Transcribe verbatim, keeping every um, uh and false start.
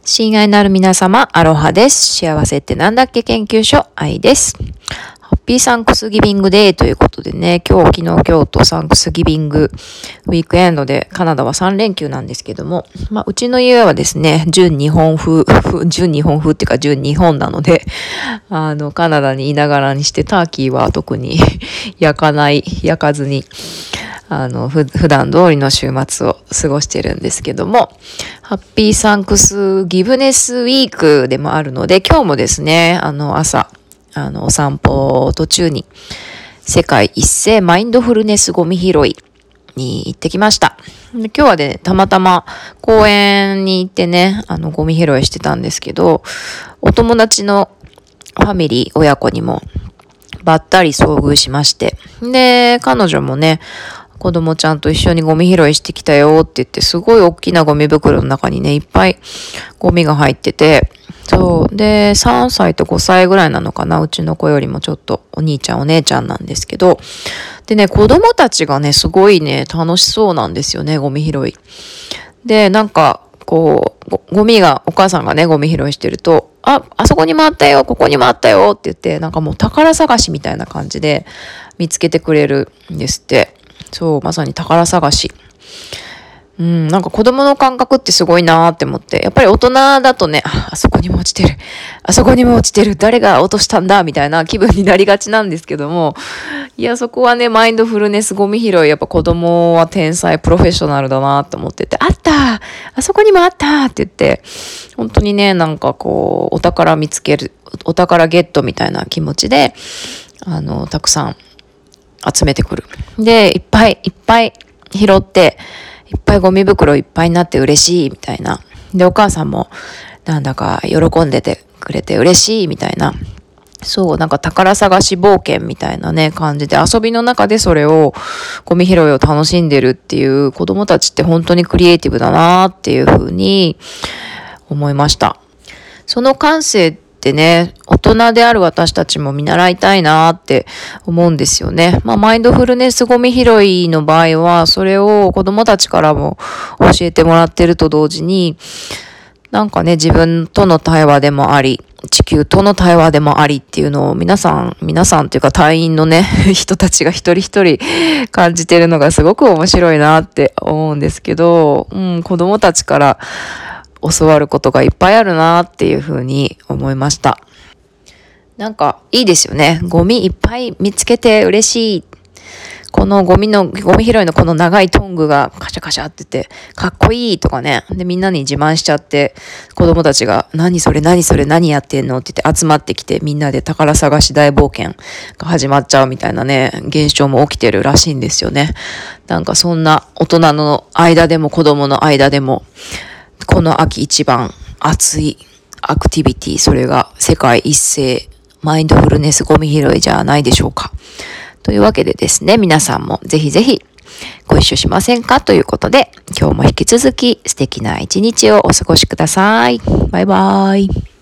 親愛なる皆様、アロハです。幸せってなんだっけ研究所、愛です。ハッピーサンクスギビングデーということでね、今日、昨日、今日とサンクスギビングウィークエンドでカナダはさん連休なんですけども、まあ、うちの家はですね、純日本風、純日本風っていうか純日本なので、あの、カナダにいながらにしてターキーは特に焼かない、焼かずに、あの、ふ、普段通りの週末を過ごしてるんですけども、ハッピーサンクスギブネスウィークでもあるので、今日もですね、あの、朝、あの、お散歩途中に、世界一斉マインドフルネスゴミ拾いに行ってきました。で今日はね、たまたま公園に行ってね、あの、ゴミ拾いしてたんですけど、お友達のファミリー、親子にも、ばったり遭遇しまして。で、彼女もね、子供ちゃんと一緒にゴミ拾いしてきたよって言って、すごい大きなゴミ袋の中にね、いっぱいゴミが入ってて、そう。で、さんさいとごさいぐらいなのかな、うちの子よりもちょっとお兄ちゃんお姉ちゃんなんですけど、でね、子供たちがね、すごいね、楽しそうなんですよね、ゴミ拾い。で、なんか、こう、ゴミが、お母さんがね、ゴミ拾いしてると、あ、あそこにもあったよ、ここにもあったよって言って、なんかもう宝探しみたいな感じで見つけてくれるんですって。そう、まさに宝探し。うん、なんか子供の感覚ってすごいなーって思って。やっぱり大人だとね、あ、あそこにも落ちてる。あそこにも落ちてる。誰が落としたんだみたいな気分になりがちなんですけども。いや、そこはね、マインドフルネスゴミ拾い。やっぱ子供は天才、プロフェッショナルだなって思ってて、あったあそこにもあったって言って、本当にね、なんかこう、お宝見つける、お宝ゲットみたいな気持ちで、あの、たくさん集めてくる。で、いっぱいいっぱい拾って、いっぱいゴミ袋いっぱいになって嬉しいみたいな。で、お母さんもなんだか喜んでてくれて嬉しいみたいな。そう、なんか宝探し冒険みたいなね、感じで遊びの中でそれをゴミ拾いを楽しんでるっていう子供たちって本当にクリエイティブだなっていうふうに思いました。その感性ってね、大人である私たちも見習いたいなって思うんですよね。まあ、マインドフルネスゴミ拾いの場合は、それを子供たちからも教えてもらってると同時に、なんかね、自分との対話でもあり、地球との対話でもありっていうのを皆さん、皆さんというか隊員のね、人たちが一人一人感じてるのがすごく面白いなって思うんですけど、うん、子供たちから教わることがいっぱいあるなっていうふうに思いました。なんかいいですよね。ゴミいっぱい見つけて嬉しい。このゴミの、ゴミ拾いのこの長いトングがカシャカシャってて、かっこいいとかね。で、みんなに自慢しちゃって、子供たちが、何それ何それ何やってんのって言って集まってきて、みんなで宝探し大冒険が始まっちゃうみたいなね、現象も起きてるらしいんですよね。なんかそんな大人の間でも子供の間でも、この秋一番熱いアクティビティ、それが世界一斉マインドフルネスゴミ拾いじゃないでしょうか。というわけでですね、皆さんもぜひぜひご一緒しませんかということで、今日も引き続き素敵な一日をお過ごしください。バイバーイ。